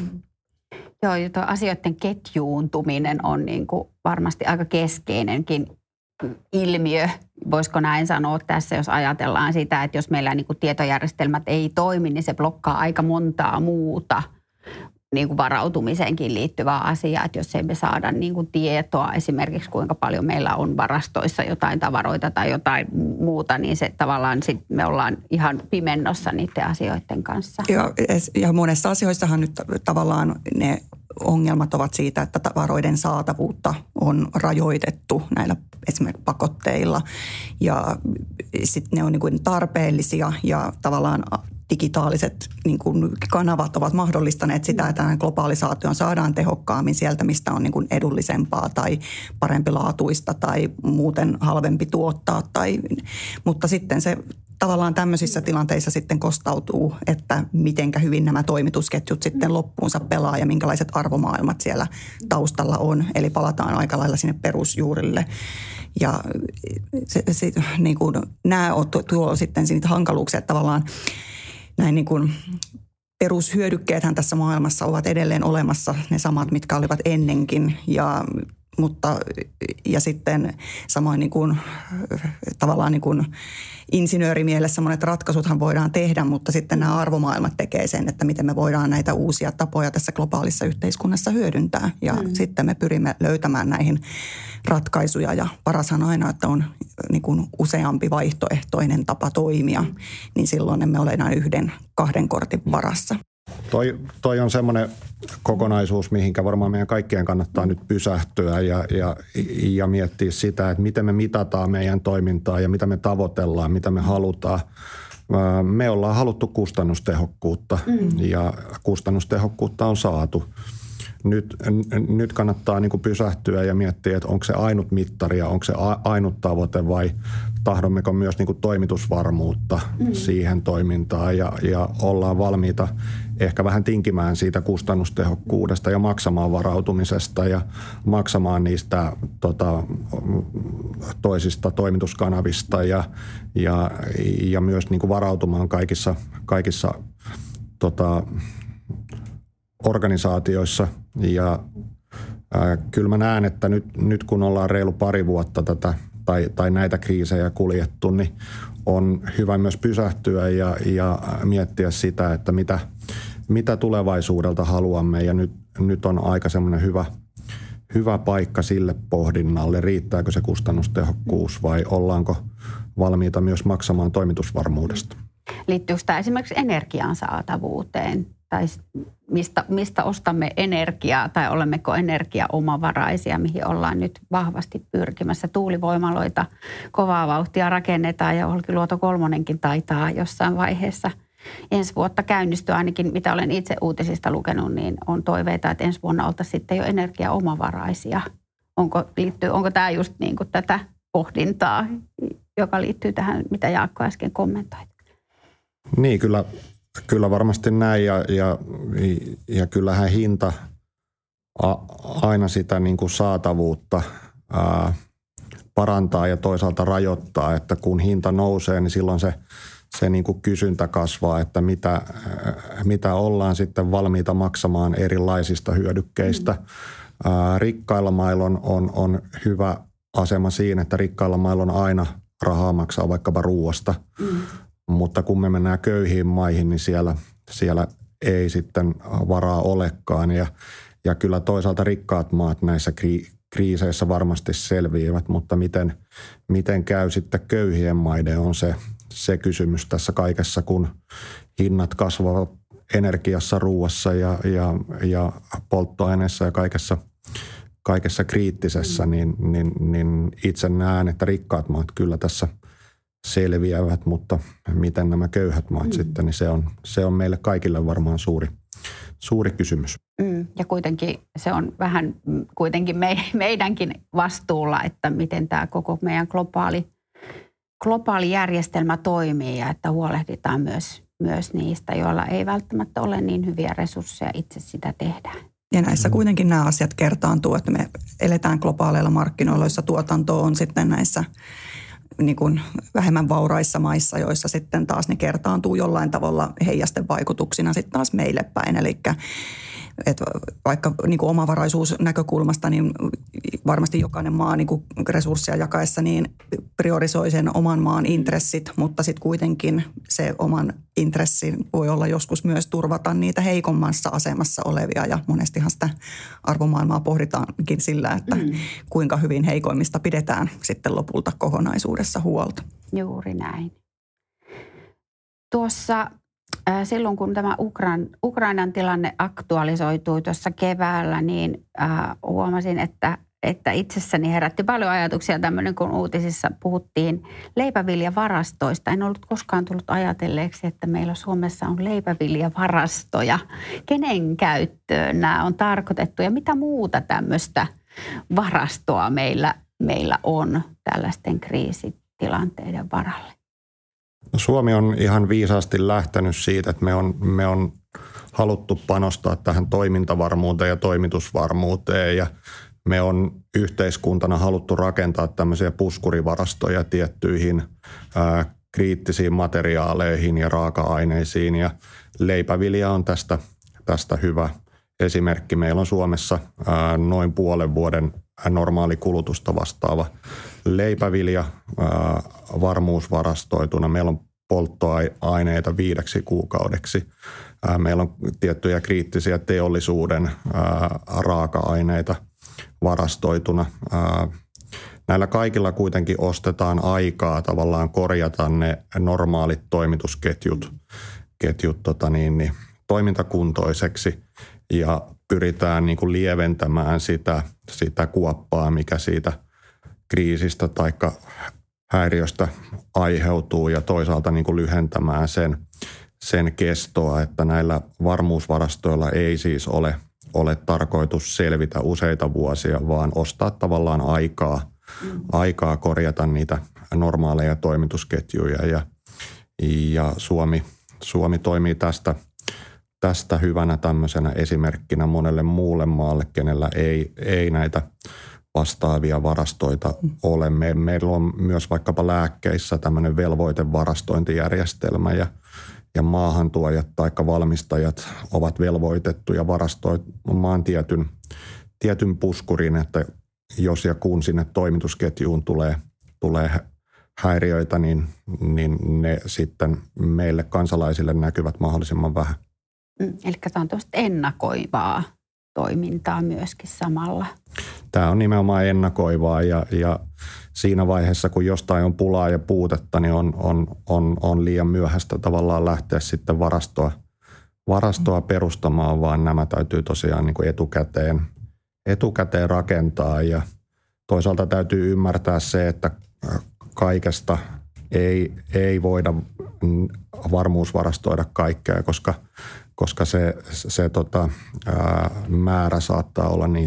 Joo, ja tuo asioiden ketjuuntuminen on niin kuin varmasti aika keskeinenkin ilmiö. Voisiko näin sanoa tässä, jos ajatellaan sitä, että jos meillä niin kuin tietojärjestelmät ei toimi, niin se blokkaa aika montaa muuta niin kuin varautumiseenkin liittyvää asiaa, että jos emme saada niin kuin tietoa esimerkiksi kuinka paljon meillä on varastoissa jotain tavaroita tai jotain muuta, niin se tavallaan sit me ollaan ihan pimennossa niiden asioiden kanssa. Ja monessa asioissahan nyt tavallaan ne ongelmat ovat siitä, että tavaroiden saatavuutta on rajoitettu näillä esimerkiksi pakotteilla ja sitten ne on niin kuin tarpeellisia ja tavallaan digitaaliset niin kuin kanavat ovat mahdollistaneet sitä, että globalisaation saadaan tehokkaammin sieltä, mistä on niin kuin edullisempaa tai parempilaatuista tai muuten halvempi tuottaa. Mutta sitten se tavallaan tämmöisissä tilanteissa sitten kostautuu, että mitenkä hyvin nämä toimitusketjut sitten loppuunsa pelaa ja minkälaiset arvomaailmat siellä taustalla on. Eli palataan aika lailla sinne perusjuurille. Ja niin kuin, nämä tuo sitten niitä hankaluuksia, että tavallaan näin niin kuin perushyödykkeethän tässä maailmassa ovat edelleen olemassa, ne samat, mitkä olivat ennenkin. Ja sitten samoin niin kuin, tavallaan niin kuin insinöörimielessä monet ratkaisuthan voidaan tehdä, mutta sitten nämä arvomaailmat tekee sen, että miten me voidaan näitä uusia tapoja tässä globaalissa yhteiskunnassa hyödyntää. Ja sitten me pyrimme löytämään näihin ratkaisuja ja paras on aina, että on niin kuin useampi vaihtoehtoinen tapa toimia, niin silloin emme ole enää 1-2 kortin varassa. Toi on semmoinen kokonaisuus, mihinkä varmaan meidän kaikkien kannattaa nyt pysähtyä ja miettiä sitä, että miten me mitataan meidän toimintaa ja mitä me tavoitellaan, mitä me halutaan. Me ollaan haluttu kustannustehokkuutta ja kustannustehokkuutta on saatu. Nyt kannattaa niin kuin pysähtyä ja miettiä, että onko se ainut mittari ja onko se ainut tavoite vai tahdommeko myös niin kuin toimitusvarmuutta siihen toimintaan ja ollaan valmiita ehkä vähän tinkimään siitä kustannustehokkuudesta ja maksamaan varautumisesta ja maksamaan niistä toisista toimituskanavista ja myös niin kuin varautumaan kaikissa organisaatioissa ja kyllä mä näen, että nyt kun ollaan reilu pari vuotta tätä tai näitä kriisejä kuljettu, niin on hyvä myös pysähtyä ja miettiä sitä, että mitä tulevaisuudelta haluamme. Ja nyt on aika semmoinen hyvä paikka sille pohdinnalle, riittääkö se kustannustehokkuus vai ollaanko valmiita myös maksamaan toimitusvarmuudesta. Liittyykö tämä esimerkiksi energian saatavuuteen? Tai mistä ostamme energiaa tai olemmeko energiaomavaraisia, mihin ollaan nyt vahvasti pyrkimässä. Tuulivoimaloita kovaa vauhtia rakennetaan ja Olkiluoto 3:kin taitaa jossain vaiheessa ensi vuotta käynnistyä. Ainakin mitä olen itse uutisista lukenut, niin on toiveita, että ensi vuonna oltaisiin sitten jo energiaomavaraisia. Onko tämä just niin kuin tätä pohdintaa, joka liittyy tähän, mitä Jaakko äsken kommentoi? Niin, kyllä varmasti näin ja kyllähän hinta aina sitä niin kuin saatavuutta parantaa ja toisaalta rajoittaa, että kun hinta nousee, niin silloin se niin kuin kysyntä kasvaa, että mitä ollaan sitten valmiita maksamaan erilaisista hyödykkeistä. Rikkailla mailla on hyvä asema siinä, että rikkailla mailla on aina rahaa maksaa vaikkapa ruuasta. Mutta kun me mennään köyhiin maihin, niin siellä ei sitten varaa olekaan. Ja kyllä toisaalta rikkaat maat näissä kriiseissä varmasti selviävät, mutta miten käy sitten köyhien maiden on se kysymys tässä kaikessa, kun hinnat kasvavat energiassa, ruuassa ja polttoaineessa ja kaikessa kriittisessä, niin itse näen, että rikkaat maat kyllä tässä selviävät, mutta miten nämä köyhät maat sitten, niin se on meille kaikille varmaan suuri kysymys. Ja kuitenkin se on vähän kuitenkin meidänkin vastuulla, että miten tämä koko meidän globaali järjestelmä toimii ja että huolehditaan myös niistä, joilla ei välttämättä ole niin hyviä resursseja itse sitä tehdään. Ja näissä kuitenkin nämä asiat kertaantuu, että me eletään globaaleilla markkinoilla, joissa tuotanto on sitten näissä niin kuin vähemmän vauraissa maissa, joissa sitten taas ne kertaantuu jollain tavalla heijasten vaikutuksina sitten taas meille päin. Eli että vaikka niin kuin omavaraisuusnäkökulmasta, niin varmasti jokainen maa niin kuin resursseja jakaessa niin priorisoi sen oman maan intressit, mutta sitten kuitenkin se oman intressi voi olla joskus myös turvata niitä heikommassa asemassa olevia. Ja monestihan sitä arvomaailmaa pohditaankin sillä, että kuinka hyvin heikoimmista pidetään sitten lopulta kokonaisuudessa huolta. Juuri näin. Tuossa silloin, kun tämä Ukrainan tilanne aktualisoitui tuossa keväällä, niin huomasin, että itsessäni herätti paljon ajatuksia tämmöinen, kun uutisissa puhuttiin leipäviljavarastoista. En ollut koskaan tullut ajatelleeksi, että meillä Suomessa on leipäviljavarastoja. Kenen käyttöön nämä on tarkoitettu ja mitä muuta tämmöistä varastoa meillä on tällaisten kriisitilanteiden varalle? No, Suomi on ihan viisaasti lähtenyt siitä, että me on haluttu panostaa tähän toimintavarmuuteen ja toimitusvarmuuteen ja me on yhteiskuntana haluttu rakentaa tämmöisiä puskurivarastoja tiettyihin kriittisiin materiaaleihin ja raaka-aineisiin ja leipävilja on tästä hyvä esimerkki. Meillä on Suomessa noin puolen vuoden normaali kulutusta vastaava leipävilja varmuusvarastoituna. Meillä on polttoaineita 5 kuukaudeksi. Meillä on tiettyjä kriittisiä teollisuuden raaka-aineita varastoituna. Näillä kaikilla kuitenkin ostetaan aikaa tavallaan korjata ne normaalit toimitusketjut toimintakuntoiseksi ja pyritään niin kuin lieventämään sitä kuoppaa, mikä siitä kriisistä tai häiriöstä aiheutuu ja toisaalta niin kuin lyhentämään sen kestoa, että näillä varmuusvarastoilla ei siis ole tarkoitus selvitä useita vuosia, vaan ostaa tavallaan aikaa korjata niitä normaaleja toimitusketjuja ja Suomi toimii tästä hyvänä tämmöisenä esimerkkinä monelle muulle maalle, kenellä ei näitä vastaavia varastoita ole. Meillä on myös vaikkapa lääkkeissä tämmöinen velvoitevarastointijärjestelmä ja maahantuojat tai valmistajat ovat velvoitettuja varastoimaan tietyn puskurin, että jos ja kun sinne toimitusketjuun tulee häiriöitä, niin ne sitten meille kansalaisille näkyvät mahdollisimman vähän. Eli tämä on tuosta ennakoivaa toimintaa myöskin samalla. Tämä on nimenomaan ennakoivaa ja siinä vaiheessa, kun jostain on pulaa ja puutetta, niin on liian myöhäistä tavallaan lähteä sitten varastoa perustamaan, vaan nämä täytyy tosiaan niin kuin etukäteen rakentaa. Ja toisaalta täytyy ymmärtää se, että kaikesta ei voida varmuusvarastoida kaikkea, koska se määrä saattaa olla niin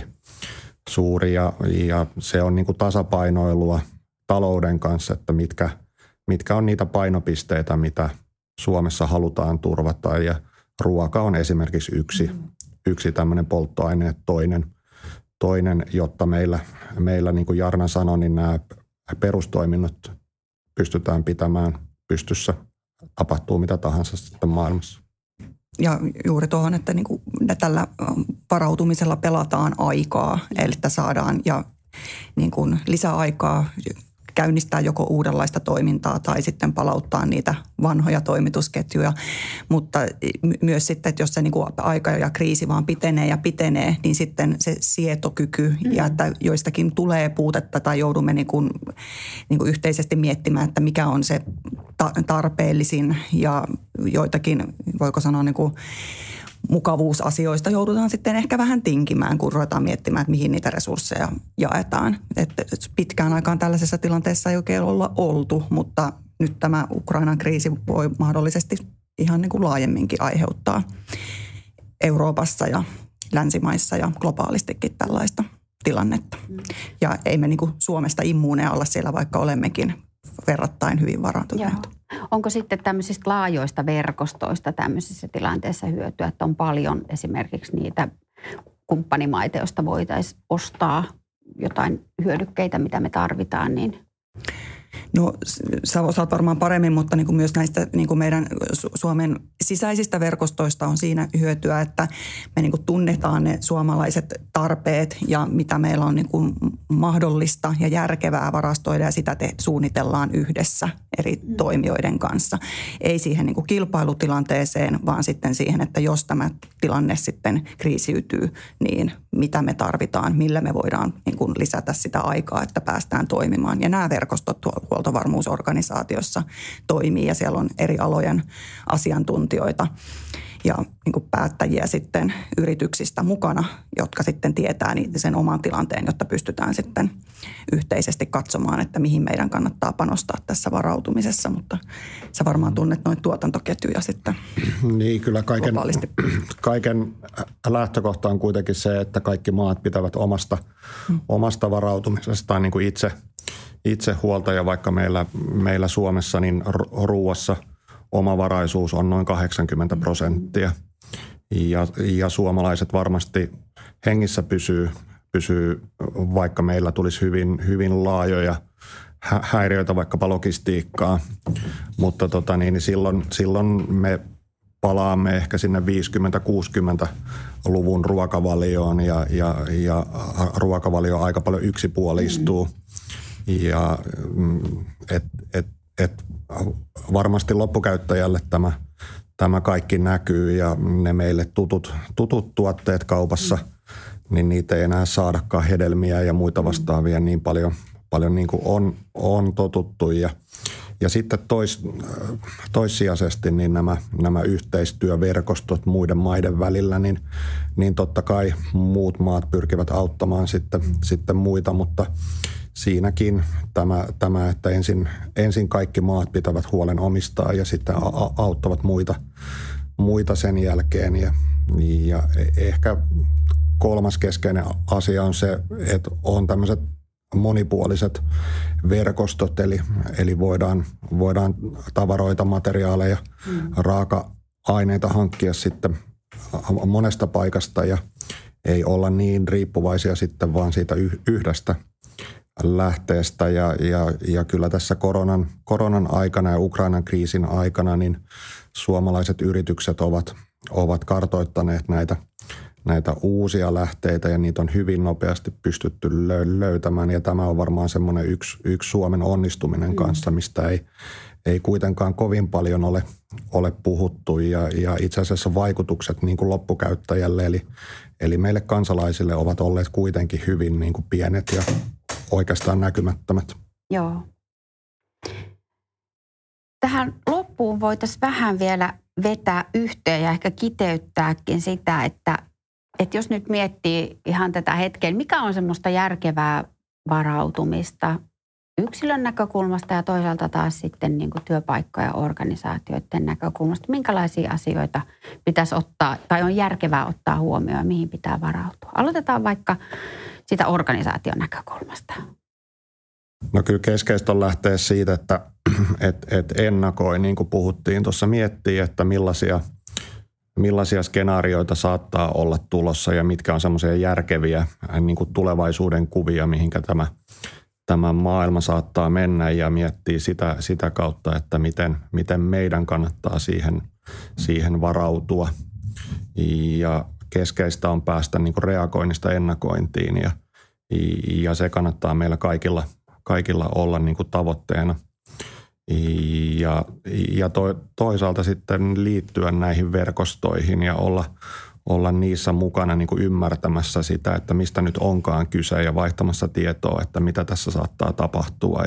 suuri ja se on niin kuin tasapainoilua talouden kanssa, että mitkä on niitä painopisteitä, mitä Suomessa halutaan turvata, ja ruoka on esimerkiksi yksi tämmöinen polttoaine, toinen, jotta meillä niin kuin Jarna sanoi, niin nämä perustoiminnot pystytään pitämään pystyssä, tapahtuu mitä tahansa sitten maailmassa. Ja juuri tuohon, että niin kuin tällä varautumisella pelataan aikaa, eli että saadaan ja niin kuin lisäaikaa käynnistää joko uudenlaista toimintaa tai sitten palauttaa niitä vanhoja toimitusketjuja. Mutta myös sitten, että jos se niin kuin aika ja kriisi vaan pitenee, niin sitten se sietokyky ja että joistakin tulee puutetta tai joudumme niin kuin yhteisesti miettimään, että mikä on se tarpeellisin ja joitakin, voiko sanoa niin kuin mukavuusasioista joudutaan sitten ehkä vähän tinkimään, kun ruvetaan miettimään, että mihin niitä resursseja jaetaan. Että pitkään aikaan tällaisessa tilanteessa ei oikein olla oltu, mutta nyt tämä Ukrainan kriisi voi mahdollisesti ihan niin kuin laajemminkin aiheuttaa Euroopassa ja länsimaissa ja globaalistikin tällaista tilannetta. Ja ei me niin kuin Suomesta immuuneja olla siellä, vaikka olemmekin verrattain hyvin varautuneita. Onko sitten tämmöisistä laajoista verkostoista tämmöisissä tilanteissa hyötyä, että on paljon esimerkiksi niitä kumppanimaita, joista voitaisiin ostaa jotain hyödykkeitä, mitä me tarvitaan, niin? No sä osaat varmaan paremmin, mutta niin kuin myös näistä niin kuin meidän Suomen sisäisistä verkostoista on siinä hyötyä, että me niin kuin tunnetaan ne suomalaiset tarpeet ja mitä meillä on niin kuin mahdollista ja järkevää varastoida ja sitä suunnitellaan yhdessä eri toimijoiden kanssa. Ei siihen niin kuin kilpailutilanteeseen, vaan sitten siihen, että jos tämä tilanne sitten kriisiytyy, niin mitä me tarvitaan, millä me voidaan niin kuin lisätä sitä aikaa, että päästään toimimaan. Ja nämä verkostot huoltovarmuusorganisaatiossa toimii ja siellä on eri alojen asiantuntijoita ja niin kuin päättäjiä sitten yrityksistä mukana, jotka sitten tietää sen oman tilanteen, jotta pystytään sitten yhteisesti katsomaan, että mihin meidän kannattaa panostaa tässä varautumisessa, mutta sä varmaan tunnet noita tuotantoketjuja sitten. Niin, kyllä kaiken lähtökohta on kuitenkin se, että kaikki maat pitävät omasta varautumisestaan niin kuin itse huolta, ja vaikka meillä Suomessa niin ruuassa omavaraisuus on noin 80%. Ja suomalaiset varmasti hengissä pysyy, vaikka meillä tulisi hyvin laajoja häiriöitä vaikkapa logistiikkaa. Mutta silloin me palaamme ehkä sinne 50-60-luvun ruokavalioon ja ruokavalio aika paljon yksipuolistuu. Ja varmasti loppukäyttäjälle tämä kaikki näkyy ja ne meille tutut tuotteet kaupassa, niin niitä ei enää saadakaan hedelmiä ja muita vastaavia niin paljon niin kuin on totuttu. Ja sitten toissijaisesti niin nämä yhteistyöverkostot muiden maiden välillä, niin totta kai muut maat pyrkivät auttamaan sitten muita, mutta siinäkin tämä, että ensin kaikki maat pitävät huolen omistaan ja sitten auttavat muita sen jälkeen. Ja ehkä kolmas keskeinen asia on se, että on tämmöiset monipuoliset verkostot, eli voidaan tavaroita, materiaaleja, raaka-aineita hankkia sitten monesta paikasta ja ei olla niin riippuvaisia sitten vaan siitä yhdestä lähteestä ja kyllä tässä koronan aikana ja Ukrainan kriisin aikana niin suomalaiset yritykset ovat kartoittaneet näitä uusia lähteitä ja niitä on hyvin nopeasti pystytty löytämään. Ja tämä on varmaan semmoinen yksi Suomen onnistuminen kanssa, mistä ei kuitenkaan kovin paljon ole puhuttu ja itse asiassa vaikutukset niin kuin loppukäyttäjälle eli meille kansalaisille ovat olleet kuitenkin hyvin niin kuin pienet ja oikeastaan näkymättömät. Joo. Tähän loppuun voitaisiin vähän vielä vetää yhteen ja ehkä kiteyttääkin sitä, että jos nyt miettii ihan tätä hetkeä, mikä on semmoista järkevää varautumista yksilön näkökulmasta ja toisaalta taas sitten niin kuin työpaikkojen ja organisaatioiden näkökulmasta. Minkälaisia asioita pitäisi ottaa tai on järkevää ottaa huomioon, mihin pitää varautua? Aloitetaan vaikka sitä organisaation näkökulmasta. No kyllä keskeistä on lähteä siitä, että ennakoi, niin kuin puhuttiin tuossa, miettii, että millaisia skenaarioita saattaa olla tulossa ja mitkä on semmoisia järkeviä niin kuin tulevaisuuden kuvia, mihinkä tämä maailma saattaa mennä ja miettii sitä kautta, että miten meidän kannattaa siihen varautua. Ja keskeistä on päästä niin kuin reagoinnista ennakointiin ja se kannattaa meillä kaikilla olla niin kuin tavoitteena. Ja toisaalta sitten liittyä näihin verkostoihin ja olla niissä mukana niin kuin ymmärtämässä sitä, että mistä nyt onkaan kyse ja vaihtamassa tietoa, että mitä tässä saattaa tapahtua.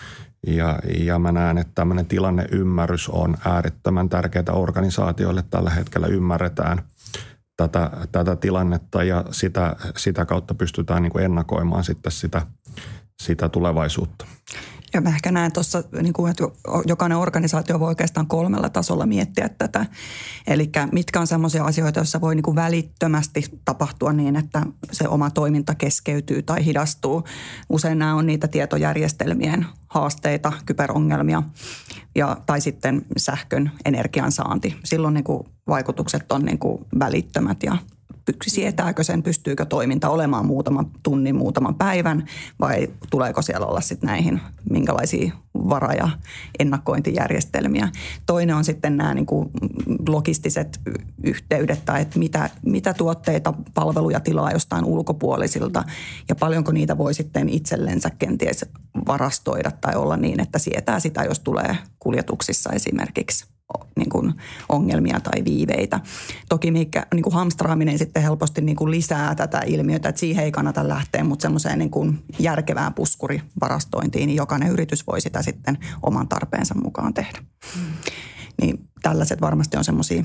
Ja mä näen, että tämmöinen tilanneymmärrys on äärettömän tärkeää organisaatioille. Tällä hetkellä ymmärretään tätä tilannetta ja sitä kautta pystytään niin kuin ennakoimaan sitten sitä tulevaisuutta. Ja mä ehkä näen tuossa, että jokainen organisaatio voi oikeastaan 3 tasolla miettiä tätä. Eli mitkä on sellaisia asioita, joissa voi välittömästi tapahtua niin, että se oma toiminta keskeytyy tai hidastuu. Usein nämä on niitä tietojärjestelmien haasteita, kyberongelmia tai sitten sähkön energiansaanti. Silloin vaikutukset on välittömät ja sietääkö sen, pystyykö toiminta olemaan muutaman tunnin, muutaman päivän vai tuleeko siellä olla sitten näihin minkälaisia vara- ja ennakointijärjestelmiä. Toinen on sitten nämä logistiset yhteydet tai että mitä tuotteita, palveluja tilaa jostain ulkopuolisilta ja paljonko niitä voi sitten itsellensä kenties varastoida tai olla niin, että sietää sitä, jos tulee kuljetuksissa esimerkiksi ongelmia tai viiveitä. Toki hamstraaminen sitten helposti lisää tätä ilmiötä, että siihen ei kannata lähteä, mutta semmoiseen järkevään puskurivarastointiin, niin jokainen yritys voi sitä sitten oman tarpeensa mukaan tehdä. Niin tällaiset varmasti on semmoisia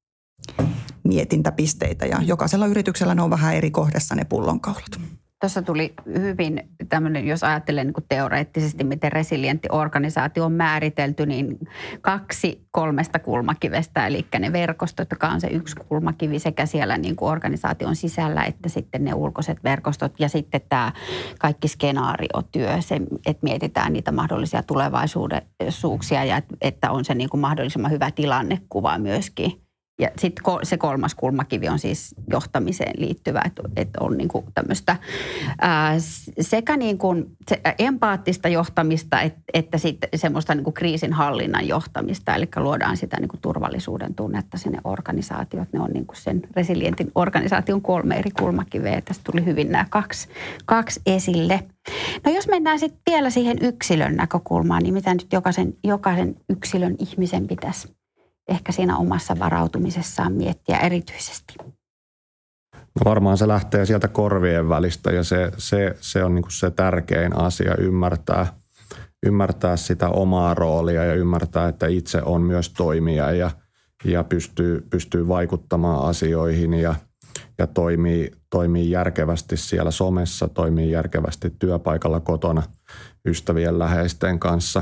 mietintäpisteitä ja jokaisella yrityksellä ne on vähän eri kohdassa ne pullonkaulat. Tuossa tuli hyvin tämmöinen, jos ajattelen teoreettisesti, miten resilientti organisaatio on määritelty, niin 2 3 kulmakivestä, eli ne verkostot, joka on se yksi kulmakivi sekä siellä organisaation sisällä, että sitten ne ulkoiset verkostot ja sitten tämä kaikki skenaariotyö, se, että mietitään niitä mahdollisia tulevaisuuksia ja että on se mahdollisimman hyvä tilannekuva myöskin. Ja sitten se 3 kulmakivi on siis johtamiseen liittyvä, että on tämmöistä sekä se empaattista johtamista, että sitten semmoista kriisinhallinnan johtamista, eli luodaan sitä turvallisuuden tunnetta sinne organisaatioon. Ne on sen resilientin organisaation 3 eri kulmakiveä. Tästä tuli hyvin nämä kaksi esille. No jos mennään sitten vielä siihen yksilön näkökulmaan, niin mitä nyt jokaisen yksilön ihmisen pitäisi ehkä siinä omassa varautumisessaan miettiä erityisesti? No varmaan se lähtee sieltä korvien välistä ja se on se tärkein asia, ymmärtää sitä omaa roolia ja ymmärtää, että itse on myös toimija ja pystyy vaikuttamaan asioihin ja toimii järkevästi siellä somessa, toimii järkevästi työpaikalla kotona ystävien läheisten kanssa,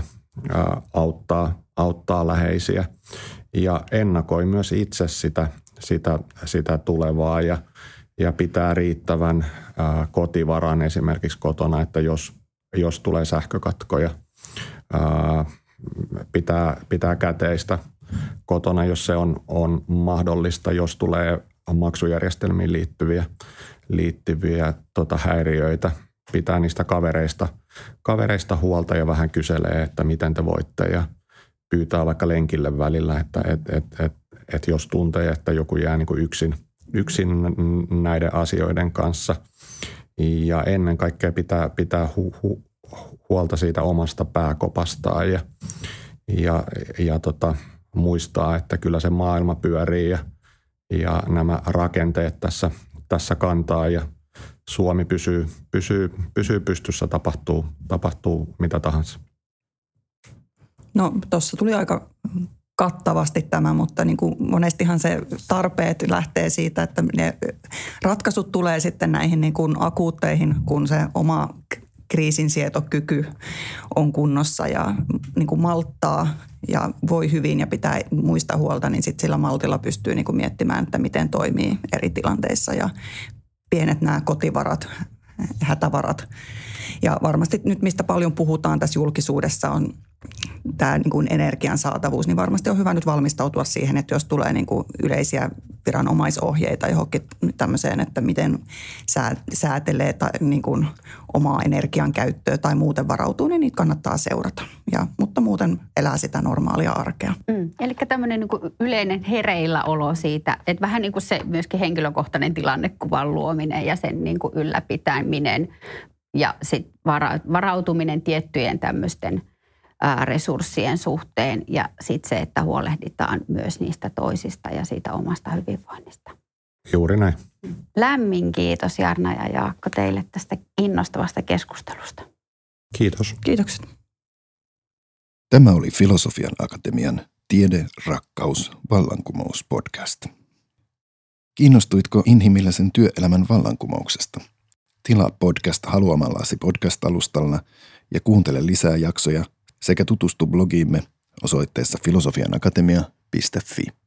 auttaa läheisiä. Ja ennakoi myös itse sitä tulevaa ja pitää riittävän kotivaran esimerkiksi kotona, että jos tulee sähkökatkoja, pitää käteistä kotona, jos se on mahdollista, jos tulee maksujärjestelmiin liittyviä häiriöitä, pitää niistä kavereista huolta ja vähän kyselee, että miten te voitte ja pyytää vaikka lenkille välillä, että jos tuntee, että joku jää yksin yksin näiden asioiden kanssa. Ja ennen kaikkea pitää huolta siitä omasta pääkopastaan ja muistaa, että kyllä se maailma pyörii ja nämä rakenteet tässä kantaa ja Suomi pysyy pystyssä, tapahtuu mitä tahansa. No tuossa tuli aika kattavasti tämä, mutta niin kuin monestihan se tarpeet lähtee siitä, että ne ratkaisut tulee sitten näihin niin kuin akuutteihin, kun se oma kriisinsietokyky on kunnossa ja niin kuin malttaa ja voi hyvin ja pitää muista huolta, niin sitten sillä maltilla pystyy niin kuin miettimään, että miten toimii eri tilanteissa ja pienet nämä kotivarat, hätävarat. Ja varmasti nyt, mistä paljon puhutaan tässä julkisuudessa, on tämä niin kuin energian saatavuus, niin varmasti on hyvä nyt valmistautua siihen, että jos tulee niin kuin yleisiä viranomaisohjeita johonkin tämmöiseen, että miten säätelee tai niin kuin omaa energian käyttöä tai muuten varautuu, niin niitä kannattaa seurata. Mutta muuten elää sitä normaalia arkea. Eli tämmöinen niin kuin yleinen hereilläolo siitä, että vähän niin kuin se myöskin henkilökohtainen tilannekuvan luominen ja sen niin kuin ylläpitäminen ja sitten varautuminen tiettyjen tämmöisten resurssien suhteen ja sitten se, että huolehditaan myös niistä toisista ja siitä omasta hyvinvoinnista. Juuri näin. Lämmin kiitos Jarna ja Jaakko teille tästä innostavasta keskustelusta. Kiitos. Kiitokset. Tämä oli Filosofian Akatemian Tiede, rakkaus, vallankumous podcast. Kiinnostuitko inhimillisen työelämän vallankumouksesta? Tilaa podcast haluamallasi podcast-alustalla ja kuuntele lisää jaksoja sekä tutustu blogiimme osoitteessa filosofianakatemia.fi.